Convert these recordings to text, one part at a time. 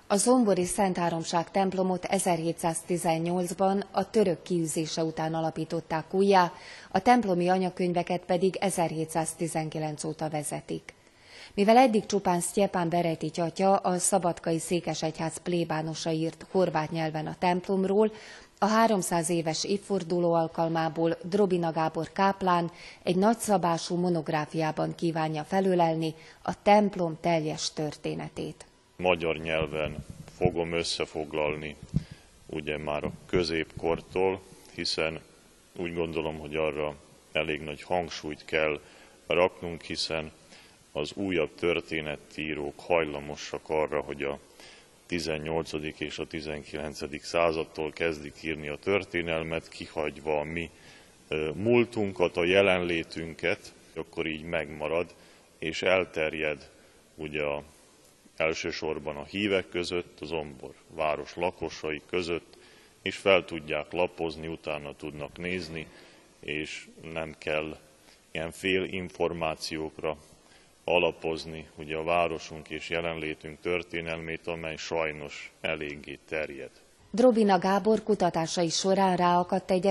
A zombori Szentháromság templomot 1718-ban a török kiűzése után alapították újjá, a templomi anyakönyveket pedig 1719 óta vezetik. Mivel eddig csupán Sztyepán Beretics atya, a szabadkai székesegyház plébánosa írt horvát nyelven a templomról, a 300 éves évforduló alkalmából Drobina Gábor káplán egy nagyszabású monográfiában kívánja felölelni a templom teljes történetét. Magyar nyelven fogom összefoglalni ugye már a középkortól, hiszen úgy gondolom, hogy arra elég nagy hangsúlyt kell raknunk, hiszen az újabb történetírók hajlamosak arra, hogy a 18. és a 19. századtól kezdik írni a történelmet, kihagyva a mi múltunkat, a jelenlétünket, akkor így megmarad, és elterjed ugye elsősorban a hívek között, a Zombor város lakosai között, és fel tudják lapozni, utána tudnak nézni, és nem kell ilyen félinformációkra alapozni ugye a városunk és jelenlétünk történelmét, amely sajnos eléggé terjed. Drobina Gábor kutatásai során ráakadt egy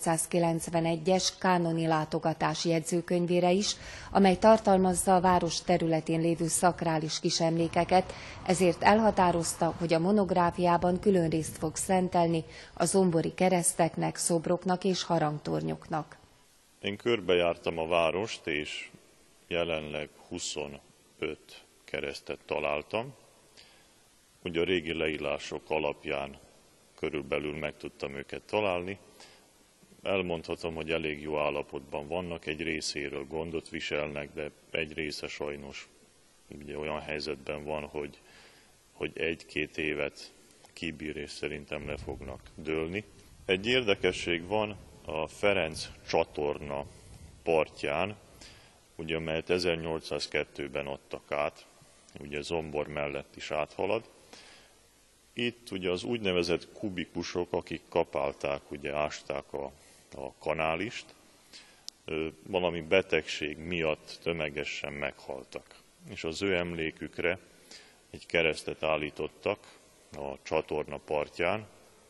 1791-es kánoni látogatás jegyzőkönyvére is, amely tartalmazza a város területén lévő szakrális kisemlékeket, ezért elhatározta, hogy a monográfiában külön részt fog szentelni a zombori kereszteknek, szobroknak és harangtornyoknak. Én körbejártam a várost, és jelenleg 25 keresztet találtam. Ugye a régi leírások alapján körülbelül meg tudtam őket találni. Elmondhatom, hogy elég jó állapotban vannak, egy részéről gondot viselnek, de egy része sajnos ugye olyan helyzetben van, hogy 1-2 évet kibír, és szerintem le fognak dőlni. Egy érdekesség van a Ferenc csatorna partján, ugye, amelyet 1802-ben adtak át, ugye Zombor mellett is áthalad. Itt ugye az úgynevezett kubikusok, akik kapálták, ugye ásták a kanálist, valami betegség miatt tömegesen meghaltak. És az ő emlékükre egy keresztet állítottak a csatorna partján.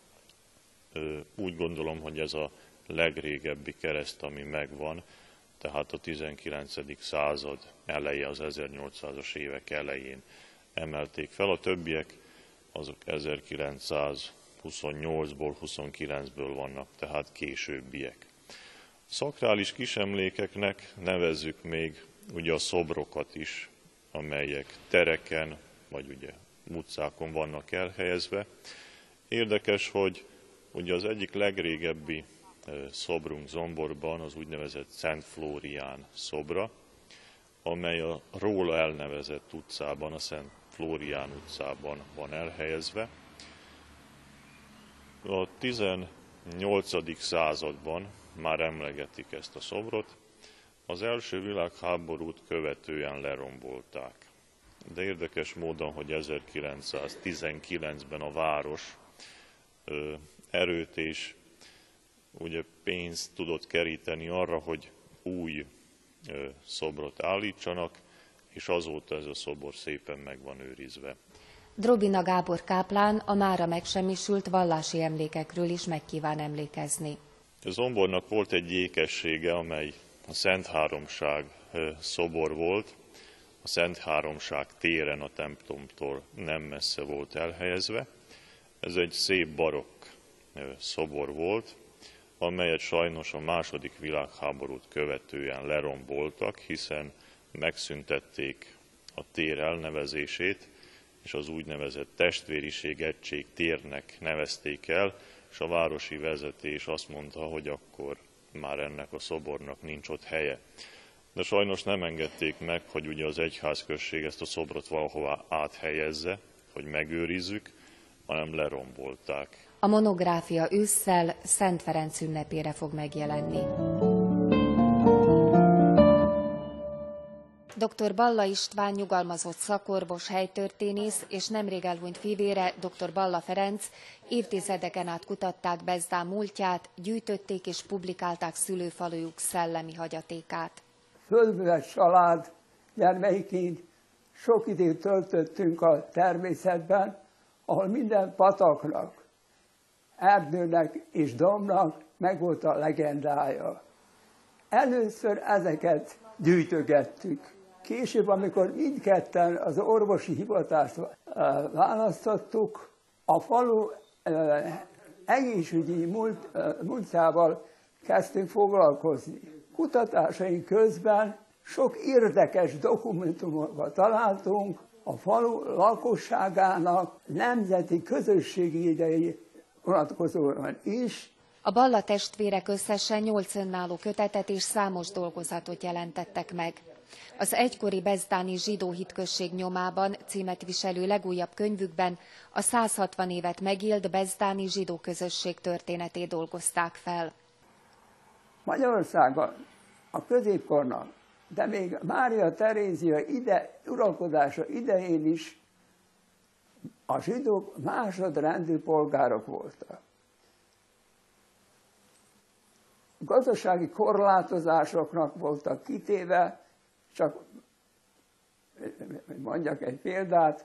Úgy gondolom, hogy ez a legrégebbi kereszt, ami megvan, tehát a 19. század eleje, az 1800-as évek elején emelték fel. A többiek azok 1928-ból, 29-ből vannak, tehát későbbiek. Szakrális kisemlékeknek nevezzük még ugye a szobrokat is, amelyek tereken, vagy ugye utcákon vannak elhelyezve. Érdekes, hogy ugye az egyik legrégebbi szobrunk Zomborban az úgynevezett Szent Flórián szobra, amely a róla elnevezett utcában, a Szent Flórián utcában van elhelyezve. A 18. században már emlegetik ezt a szobrot, az első világháborút követően lerombolták. De érdekes módon, hogy 1919-ben a város erőt és ugye pénzt tudott keríteni arra, hogy új szobrot állítsanak, és azóta ez a szobor szépen meg van őrizve. Drobina Gábor káplán a mára megsemmisült vallási emlékekről is megkíván emlékezni. A Zombornak volt egy ékessége, amely a Szentháromság szobor volt. A Szentháromság téren a templomtól nem messze volt elhelyezve. Ez egy szép barokk szobor volt, amelyet sajnos a II. Világháborút követően leromboltak, hiszen megszüntették a tér elnevezését, és az úgynevezett Testvériség Egység térnek nevezték el, és a városi vezetés azt mondta, hogy akkor már ennek a szobornak nincs ott helye. De sajnos nem engedték meg, hogy ugye az egyházközség ezt a szobrot valahová áthelyezze, hogy megőrizzük, hanem lerombolták. A monográfia ősszel Szent Ferenc ünnepére fog megjelenni. Dr. Balla István nyugalmazott szakorvos, helytörténész és nemrég elhunyt fivére, dr. Balla Ferenc évtizedeken át kutatták Bezdán múltját, gyűjtötték és publikálták szülőfalujuk szellemi hagyatékát. Földműves család gyermeiként sok időt töltöttünk a természetben, ahol minden pataknak, erdőnek és dombnak megvolt a legendája. Először ezeket gyűjtögettük. Később, amikor mindketten az orvosi hivatást választottuk, a falu egészségügyi múltjával kezdtünk foglalkozni. Kutatásaink közben sok érdekes dokumentumokat találtunk a falu lakosságának nemzeti közösségi idei vonatkozóan is. A Balla testvérek összesen 8 önálló kötetet és számos dolgozatot jelentettek meg. Az egykori bezdáni zsidó hitközség nyomában címet viselő legújabb könyvükben a 160 évet megélt bezdáni zsidó közösség történetét dolgozták fel. Magyarországon a középkornak, de még Mária Terézia uralkodása idején is a zsidók másodrendű polgárok voltak. Gazdasági korlátozásoknak voltak kitéve, csak mondjak egy példát,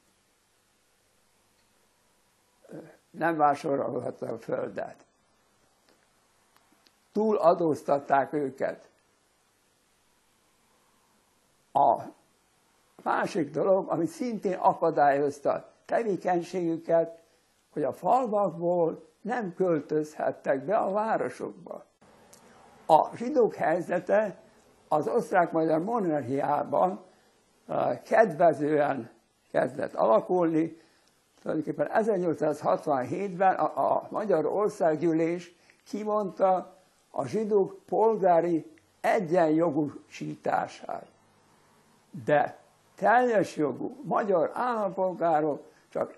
nem vásárolhattak a földet. Túladóztatták őket. A másik dolog, ami szintén akadályozta tevékenységüket, hogy a falvakból nem költözhettek be a városokba. A zsidók helyzete az osztrák-magyar monarchiában kedvezően kezdett alakulni. Tulajdonképpen 1867-ben a Magyar Országgyűlés kimondta a zsidók polgári egyenjogúsítását. De teljes jogú magyar állampolgárok csak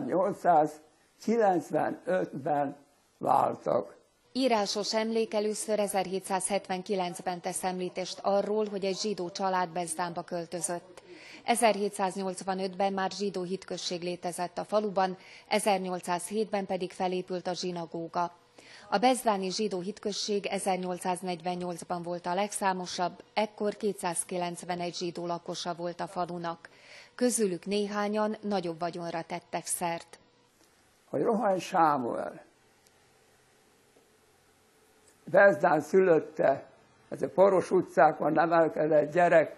1895-ben váltak. Írásos emlék először 1779-ben tesz említést arról, hogy egy zsidó család Bezdánba költözött. 1785-ben már zsidó hitközség létezett a faluban, 1807-ben pedig felépült a zsinagóga. A bezdáni zsidó hitközség 1848-ban volt a legszámosabb, ekkor 291 zsidó lakosa volt a falunak. Közülük néhányan nagyobb vagyonra tettek szert. Hogy Rohány Sámuel Bezdán szülötte, ez a poros utcákon nevelkedett gyerek,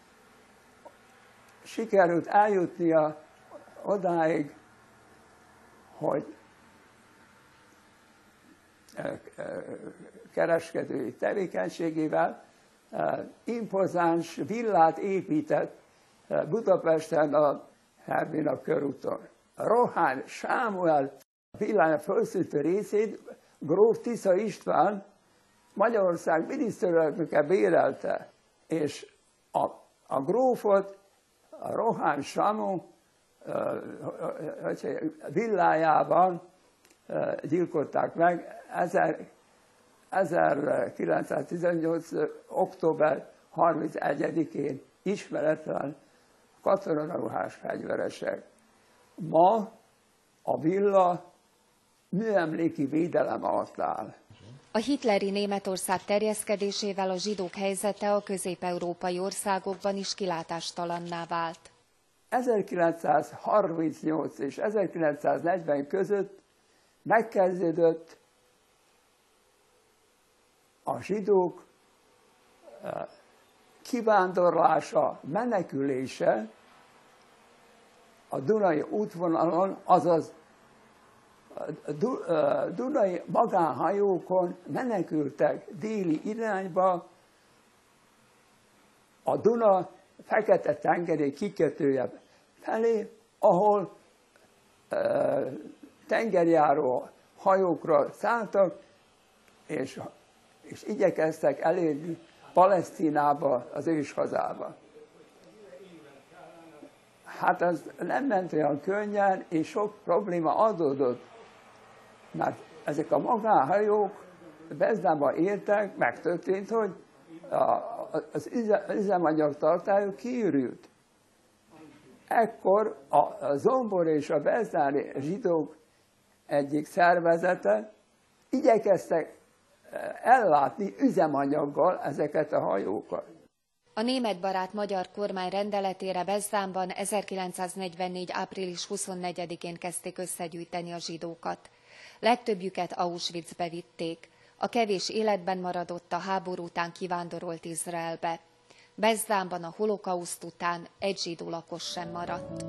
sikerült eljutnia odáig, hogy kereskedői tevékenységével impozáns villát épített Budapesten a Hermina körúton. Rohány Sámuel villája fölszültő részét gróf Tisza István Magyarország miniszterelnöke bérelte, és a grófot a Rohány Samu villájában gyilkolták meg 1918. október 31-én ismeretlen katonaruhás fegyveresek. Ma a villa műemléki védelem alatt áll. A hitleri Németország terjeszkedésével a zsidók helyzete a közép-európai országokban is kilátástalanná vált. 1938 és 1940 között megkezdődött a zsidók kivándorlása, menekülése a Dunai útvonalon, azaz Dunai magánhajókon menekültek déli irányba, a Duna Fekete-tengeri kikötője felé, ahol tengerjáró hajókra szálltak, és igyekeztek elérni Palesztinába, az őshazába. Hát ez nem ment olyan könnyen, és sok probléma adódott, mert ezek a magánhajók Bezdánba értek, megtörtént, hogy az üzemanyag tartályuk kiürült. Ekkor a Zombor és a bezdáni zsidók egyik szervezete igyekeztek ellátni üzemanyaggal ezeket a hajókat. A németbarát magyar kormány rendeletére Bezdánban 1944. április 24-én kezdték összegyűjteni a zsidókat. Legtöbbjüket Auschwitzbe vitték. A kevés életben maradott a háború után kivándorolt Izraelbe. Bezdánban a holokauszt után egy zsidó lakos sem maradt.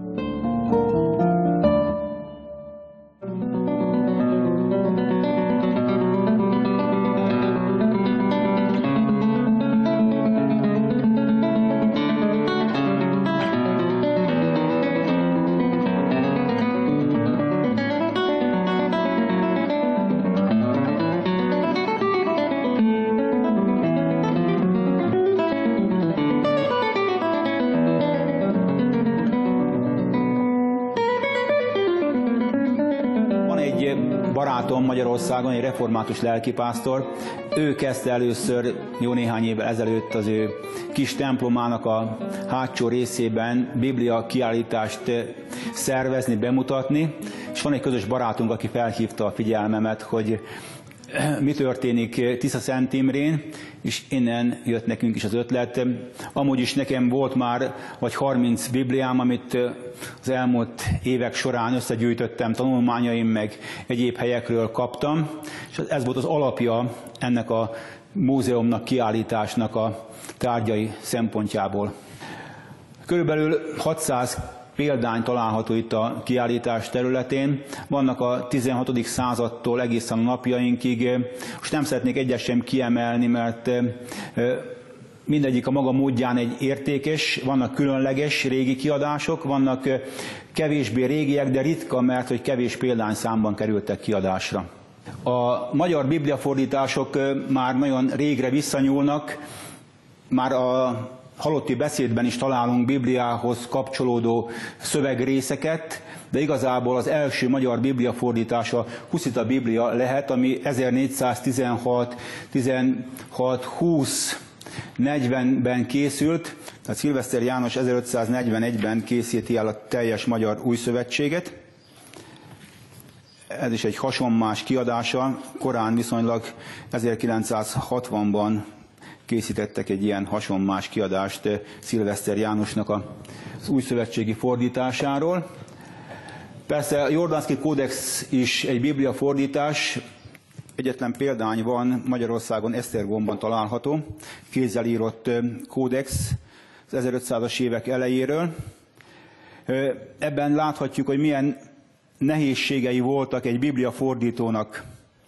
Barátom Magyarországon, egy református lelkipásztor, ő kezdte először jó néhány évvel ezelőtt az ő kis templomának a hátsó részében Biblia kiállítást szervezni, bemutatni, és van egy közös barátunk, aki felhívta a figyelmemet, hogy mi történik Tiszaszent Imrén, és innen jött nekünk is az ötlet. Amúgy is nekem volt már vagy 30 Bibliám, amit az elmúlt évek során összegyűjtöttem, tanulmányaim meg egyéb helyekről kaptam, és ez volt az alapja ennek a múzeumnak, kiállításnak a tárgyai szempontjából. Körülbelül 600 példány található itt a kiállítás területén. Vannak a 16. századtól egészen a napjainkig. Most nem szeretnék egyet sem kiemelni, mert mindegyik a maga módján egy értékes, vannak különleges régi kiadások, vannak kevésbé régiek, de ritka, mert hogy kevés példányszámban kerültek kiadásra. A magyar bibliafordítások már nagyon régre visszanyúlnak, már a halotti beszédben is találunk Bibliához kapcsolódó szövegrészeket, de igazából az első magyar bibliafordítás a Huszita Biblia lehet, ami 1416-20-40-ben készült, tehát Szilveszter János 1541-ben készíti el a teljes magyar új szövetséget. Ez is egy hasonmás kiadása, korán viszonylag 1960-ban készítettek egy ilyen hasonmás kiadást Szilveszter Jánosnak az új szövetségi fordításáról. Persze a Jordánszki Kódex is egy biblia fordítás, egyetlen példány van Magyarországon, Esztergomban található, kézzel írott kódex az 1500-as évek elejéről. Ebben láthatjuk, hogy milyen nehézségei voltak egy biblia fordítónak.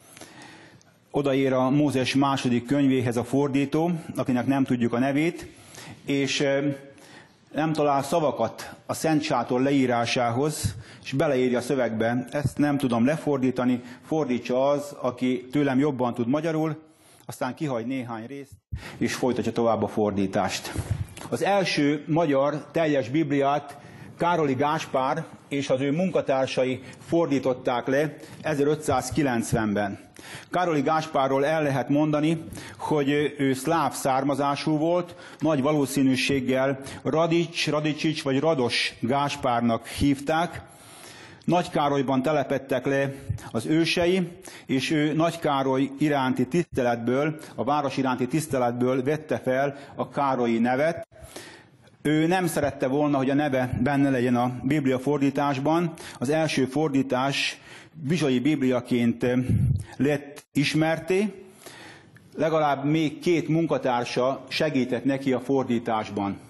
Odaér a Mózes második könyvéhez a fordító, akinek nem tudjuk a nevét, és nem talál szavakat a Szent Sátor leírásához, és beleírja a szövegbe, ezt nem tudom lefordítani, fordítsa az, aki tőlem jobban tud magyarul, aztán kihagy néhány részt, és folytatja tovább a fordítást. Az első magyar teljes Bibliát Károly Gáspár és az ő munkatársai fordították le 1590-ben. Károly Gáspárról el lehet mondani, hogy ő szláv származású volt, nagy valószínűséggel Radicsics vagy Rados Gáspárnak hívták. Nagykárolyban telepedtek le az ősei, és ő Nagykároly iránti tiszteletből, a város iránti tiszteletből vette fel a Károlyi nevet. Ő nem szerette volna, hogy a neve benne legyen a Biblia fordításban. Az első fordítás Vizsai Bibliaként lett ismerté. Legalább még 2 munkatársa segített neki a fordításban.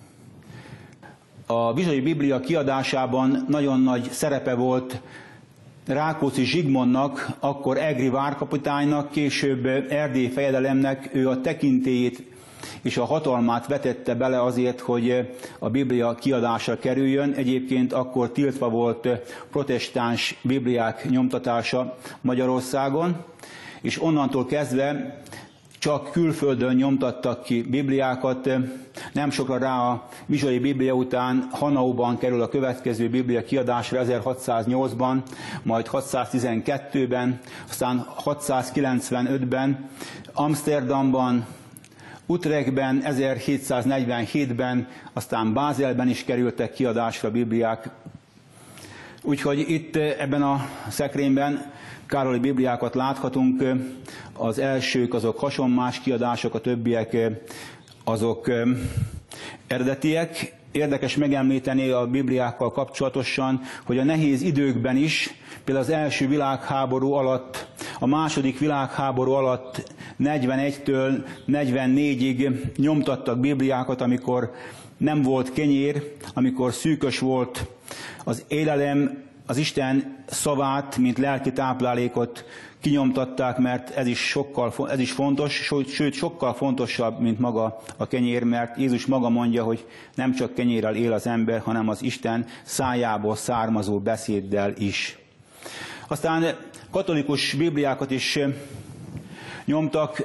A Vizsai Biblia kiadásában nagyon nagy szerepe volt Rákóczi Zsigmondnak, akkor egri várkapitánynak, később erdélyi fejedelemnek. Ő a tekintélyét és a hatalmát vetette bele azért, hogy a Biblia kiadásra kerüljön. Egyébként akkor tiltva volt protestáns Bibliák nyomtatása Magyarországon, és onnantól kezdve csak külföldön nyomtattak ki Bibliákat. Nem sokra rá a Vizsai Biblia után Hanauban kerül a következő Biblia kiadásra 1608-ban, majd 612-ben, aztán 695-ben, Amsterdamban, Utrechtben, 1747-ben, aztán Bázelben is kerültek kiadásra Bibliák. Úgyhogy itt ebben a szekrényben Károlyi Bibliákat láthatunk. Az elsők azok hasonmás kiadások, a többiek azok eredetiek. Érdekes megemlíteni a Bibliákkal kapcsolatosan, hogy a nehéz időkben is, például az első világháború alatt, a második világháború alatt 41-től 44-ig nyomtattak Bibliákat, amikor nem volt kenyér, amikor szűkös volt az élelem, az Isten szavát, mint lelki táplálékot kinyomtatták, mert ez is fontos, sőt sokkal fontosabb, mint maga a kenyér, mert Jézus maga mondja, hogy nem csak kenyérrel él az ember, hanem az Isten szájából származó beszéddel is. Aztán katolikus Bibliákat is nyomtak.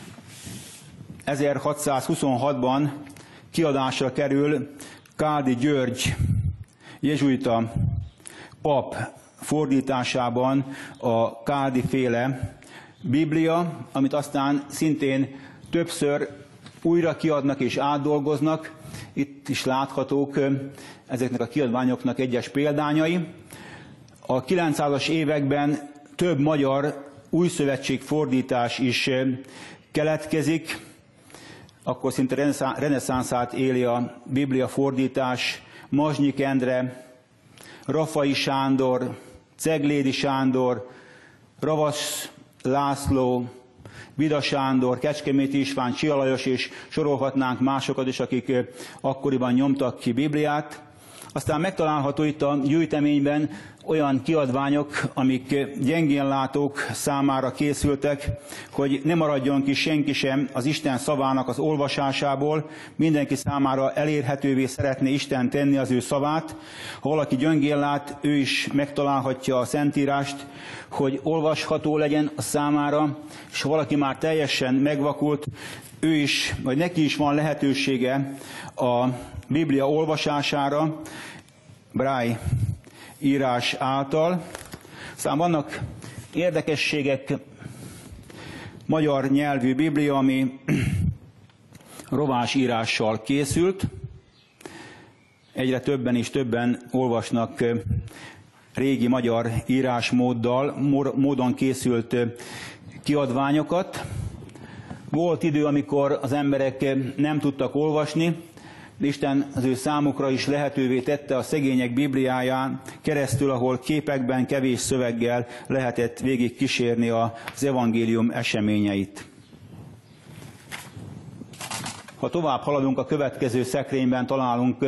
1626-ban kiadásra kerül Kádi György jezsuita pap fordításában a Kádi féle Biblia, amit aztán szintén többször újra kiadnak és átdolgoznak. Itt is láthatók ezeknek a kiadványoknak egyes példányai. A 900-as években több magyar újszövetség fordítás is keletkezik, akkor szinte reneszánszát éli a Biblia fordítás. Mazsnyik Endre, Rafai Sándor, Ceglédi Sándor, Ravasz László, Vida Sándor, Kecskeméti István, Csia Lajos, és sorolhatnánk másokat is, akik akkoriban nyomtak ki Bibliát. Aztán megtalálható itt a gyűjteményben olyan kiadványok, amik gyengénlátók számára készültek, hogy ne maradjon ki senki sem az Isten szavának az olvasásából. Mindenki számára elérhetővé szeretné Isten tenni az ő szavát. Ha valaki gyöngénlát, ő is megtalálhatja a Szentírást, hogy olvasható legyen a számára, és ha valaki már teljesen megvakult, ő is, vagy neki is van lehetősége a Biblia olvasására, Braille írás által. Aztán vannak érdekességek, magyar nyelvű Biblia, ami rovás írással készült. Egyre többen és többen olvasnak régi magyar írásmódon készült kiadványokat. Volt idő, amikor az emberek nem tudtak olvasni, Isten az ő számukra is lehetővé tette a szegények Bibliáján keresztül, ahol képekben, kevés szöveggel lehetett végig kísérni az evangélium eseményeit. Ha tovább haladunk, a következő szekrényben találunk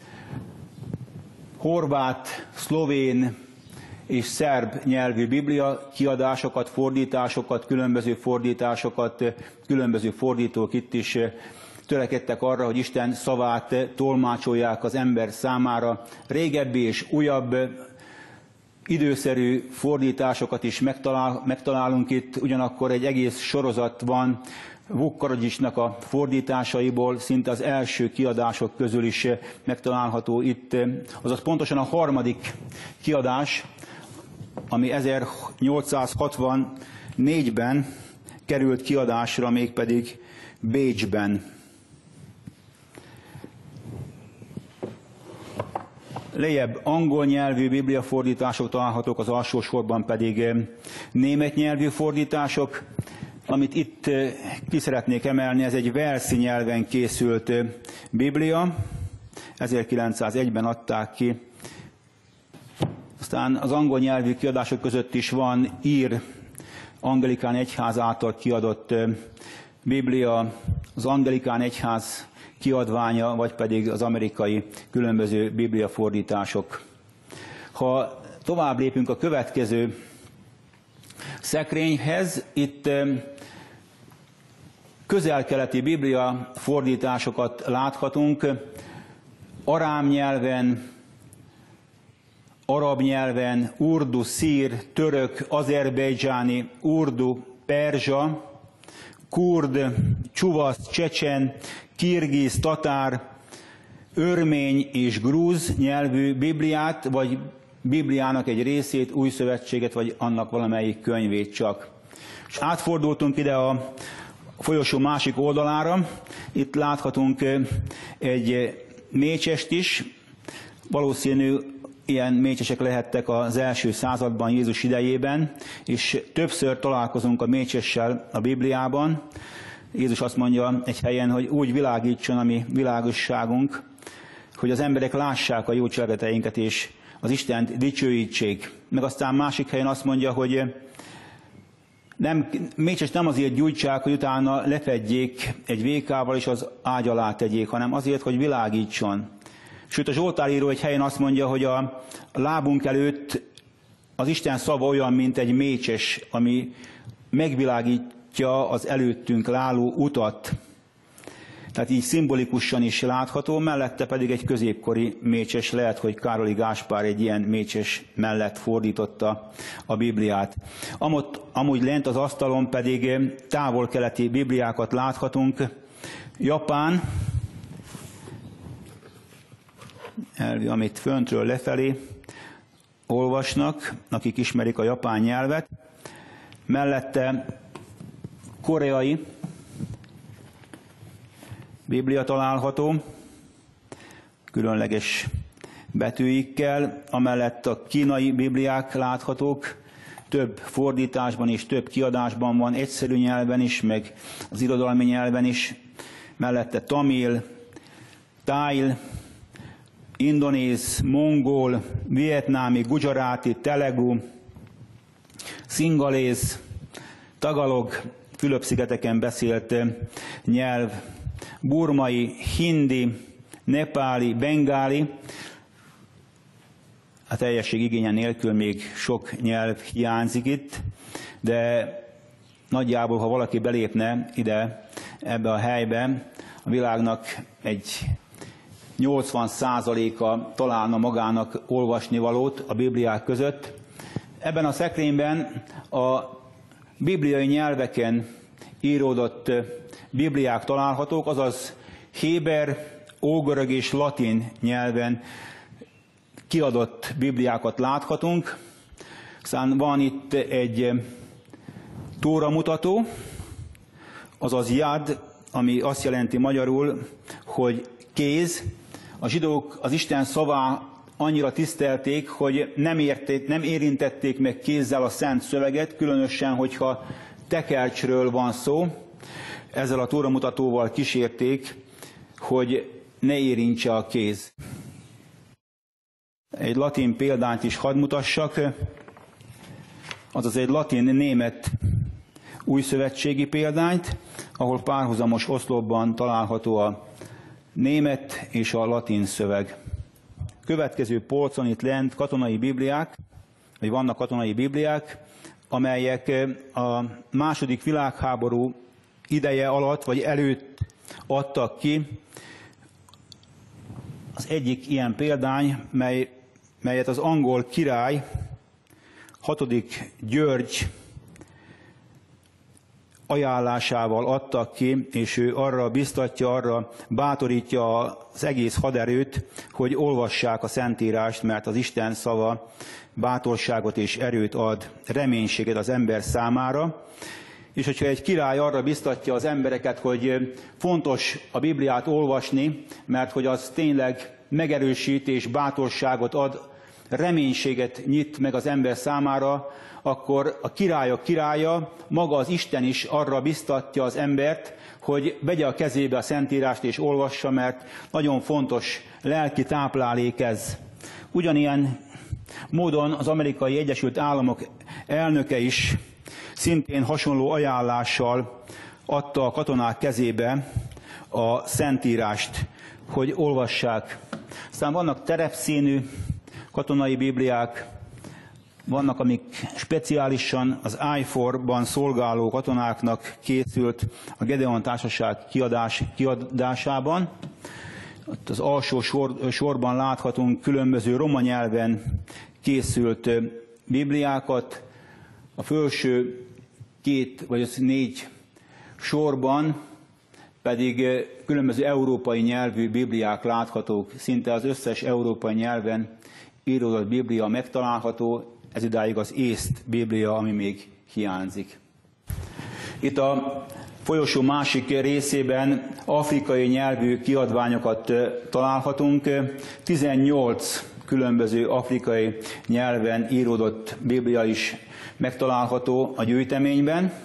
horvát, szlovén és szerb nyelvű Biblia kiadásokat, fordításokat, különböző fordítók itt is törekedtek arra, hogy Isten szavát tolmácsolják az ember számára. Régebbi és újabb időszerű fordításokat is megtalálunk itt, ugyanakkor egy egész sorozat van Vuk Karadžičnak a fordításaiból, szinte az első kiadások közül is megtalálható itt, azaz pontosan a harmadik kiadás, ami 1864-ben került kiadásra, mégpedig Bécsben. Lejjebb angol nyelvű bibliafordítások találhatók, az alsó sorban pedig német nyelvű fordítások. Amit itt ki szeretnék emelni, ez egy walesi nyelven készült Biblia, 1901-ben adták ki. Aztán az angol nyelvű kiadások között is van ír Anglikán Egyház által kiadott Biblia, az Anglikán Egyház kiadványa, vagy pedig az amerikai különböző bibliafordítások. Ha tovább lépünk a következő szekrényhez, itt közel-keleti biblia fordításokat láthatunk, arám nyelven, arab nyelven, urdu, szír, török, azerbejdzsáni, urdu, perzsa, kurd, csuvasz, csecsen, kirgiz, tatár, örmény és grúz nyelvű Bibliát, vagy Bibliának egy részét, új szövetséget, vagy annak valamelyik könyvét csak. És átfordultunk ide a folyosó másik oldalára. Itt láthatunk egy mécsest is. Valószínű, ilyen mécsesek lehettek az első században, Jézus idejében, és többször találkozunk a mécsessel a Bibliában. Jézus azt mondja egy helyen, hogy úgy világítson a mi világosságunk, hogy az emberek lássák a jó cselekedeteinket, és az Istent dicsőítsék. Meg aztán másik helyen azt mondja, hogy mégsem nem azért gyújtsák, hogy utána lefedjék egy vékával, és az ágy alá tegyék, hanem azért, hogy világítson. Sőt, a Zsoltáríró egy helyen azt mondja, hogy a lábunk előtt az Isten szava olyan, mint egy mécses, ami megvilágítja az előttünk álló utat. Tehát így szimbolikusan is látható, mellette pedig egy középkori mécses, lehet, hogy Károli Gáspár egy ilyen mécses mellett fordította a Bibliát. Amúgy lent az asztalon pedig távol-keleti Bibliákat láthatunk. Japán, amit föntről lefelé olvasnak, akik ismerik a japán nyelvet. Mellette koreai Biblia található, különleges betűikkel, amellett a kínai Bibliák láthatók, több fordításban és több kiadásban van, egyszerű nyelven is, meg az irodalmi nyelven is, mellette tamil, tájl, indonéz, mongol, vietnámi, gujaráti, telegu, szingaléz, tagalog, Fülöp-szigeteken beszélt nyelv, burmai, hindi, nepáli, bengáli, a teljesség igénye nélkül még sok nyelv hiányzik itt, de nagyjából, ha valaki belépne ide, ebbe a helybe, a világnak egy 80%-a találna magának olvasnivalót a Bibliák között. Ebben a szekrényben a bibliai nyelveken íródott Bibliák találhatók, azaz héber, ógörög és latin nyelven kiadott Bibliákat láthatunk. Aztán van itt egy tóramutató, azaz Yad, ami azt jelenti magyarul, hogy kéz. A zsidók az Isten szavát annyira tisztelték, hogy nem érintették meg kézzel a szent szöveget, különösen, hogyha tekercsről van szó. Ezzel a tóramutatóval kísérték, hogy ne érintse a kéz. Egy latin példányt is hadd mutassak, azaz egy latin-német újszövetségi példányt, ahol párhuzamos oszlopban található a német és a latin szöveg. Következő polcon itt lent katonai bibliák, vagy vannak katonai bibliák, amelyek a II. Világháború ideje alatt, vagy előtt adtak ki. Az egyik ilyen példány, melyet az angol király, 6. György ajánlásával adtak ki, és ő arra biztatja, arra bátorítja az egész haderőt, hogy olvassák a Szentírást, mert az Isten szava bátorságot és erőt ad, reménységet az ember számára. És hogyha egy király arra biztatja az embereket, hogy fontos a Bibliát olvasni, mert hogy az tényleg megerősít és bátorságot ad, reménységet nyit meg az ember számára, akkor a királyok királya, maga az Isten is arra biztatja az embert, hogy vegye a kezébe a Szentírást és olvassa, mert nagyon fontos lelki táplálék ez. Ugyanilyen módon az Amerikai Egyesült Államok elnöke is szintén hasonló ajánlással adta a katonák kezébe a Szentírást, hogy olvassák. Aztán vannak terepszínű katonai bibliák, vannak, amik speciálisan az I4-ban szolgáló katonáknak készült a Gedeon Társaság kiadásában. Ott az alsó sorban láthatunk különböző roma nyelven készült bibliákat, a felső 2 vagy 4 sorban pedig különböző európai nyelvű bibliák láthatók. Szinte az összes európai nyelven íródott biblia megtalálható, ez idáig az észt biblia, ami még hiányzik. Itt a folyosó másik részében afrikai nyelvű kiadványokat találhatunk. 18 különböző afrikai nyelven íródott biblia is megtalálható a gyűjteményben.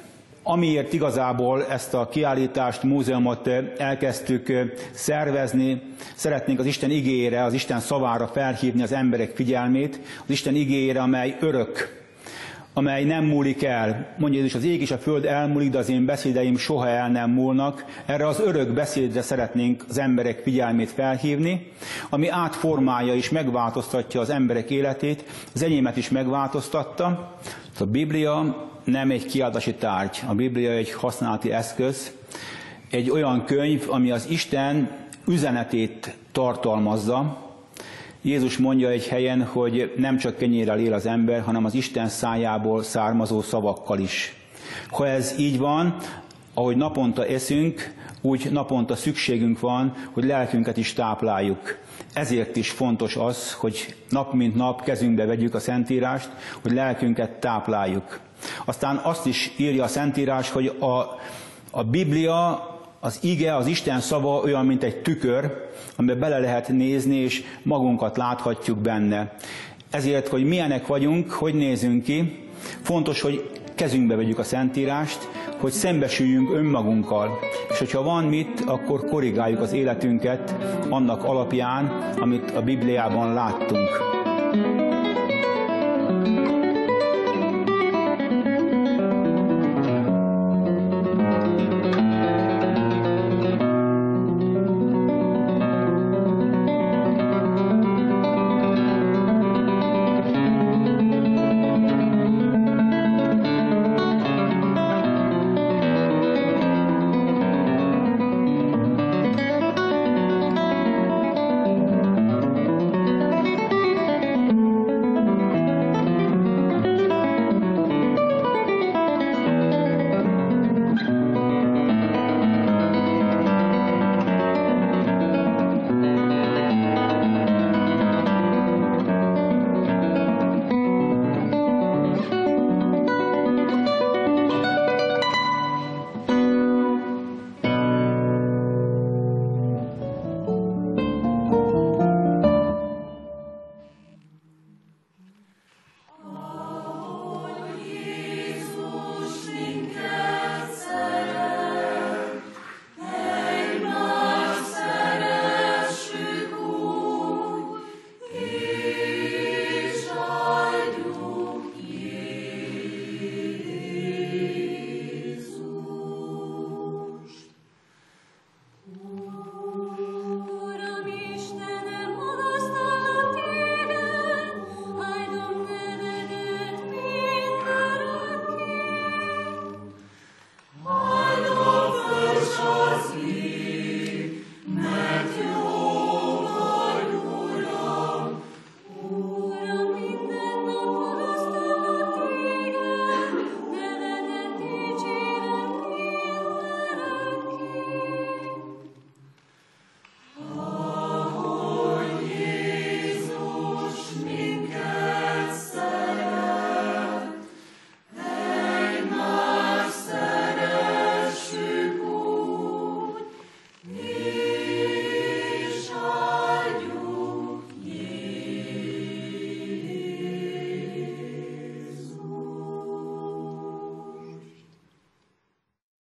amiért igazából ezt a kiállítást, múzeumot elkezdtük szervezni, szeretnénk az Isten igéjére, az Isten szavára felhívni az emberek figyelmét, az Isten igéjére, amely örök, amely nem múlik el. Mondja Jézus, az ég és a föld elmúlik, de az én beszédeim soha el nem múlnak. Erre az örök beszédre szeretnénk az emberek figyelmét felhívni, ami átformálja és megváltoztatja az emberek életét, az enyémet is megváltoztatta. A Biblia nem egy kiadási tárgy, a Biblia egy használati eszköz, egy olyan könyv, ami az Isten üzenetét tartalmazza. Jézus mondja egy helyen, hogy nem csak kenyérrel él az ember, hanem az Isten szájából származó szavakkal is. Ha ez így van, ahogy naponta eszünk, úgy naponta szükségünk van, hogy lelkünket is tápláljuk. Ezért is fontos az, hogy nap mint nap kezünkbe vegyük a Szentírást, hogy lelkünket tápláljuk. Aztán azt is írja a Szentírás, hogy a Biblia, az ige, az Isten szava olyan, mint egy tükör, amiben bele lehet nézni, és magunkat láthatjuk benne. Ezért, hogy milyenek vagyunk, hogy nézünk ki, fontos, hogy kezünkbe vegyük a Szentírást, hogy szembesüljünk önmagunkkal, és hogyha van mit, akkor korrigáljuk az életünket annak alapján, amit a Bibliában láttunk.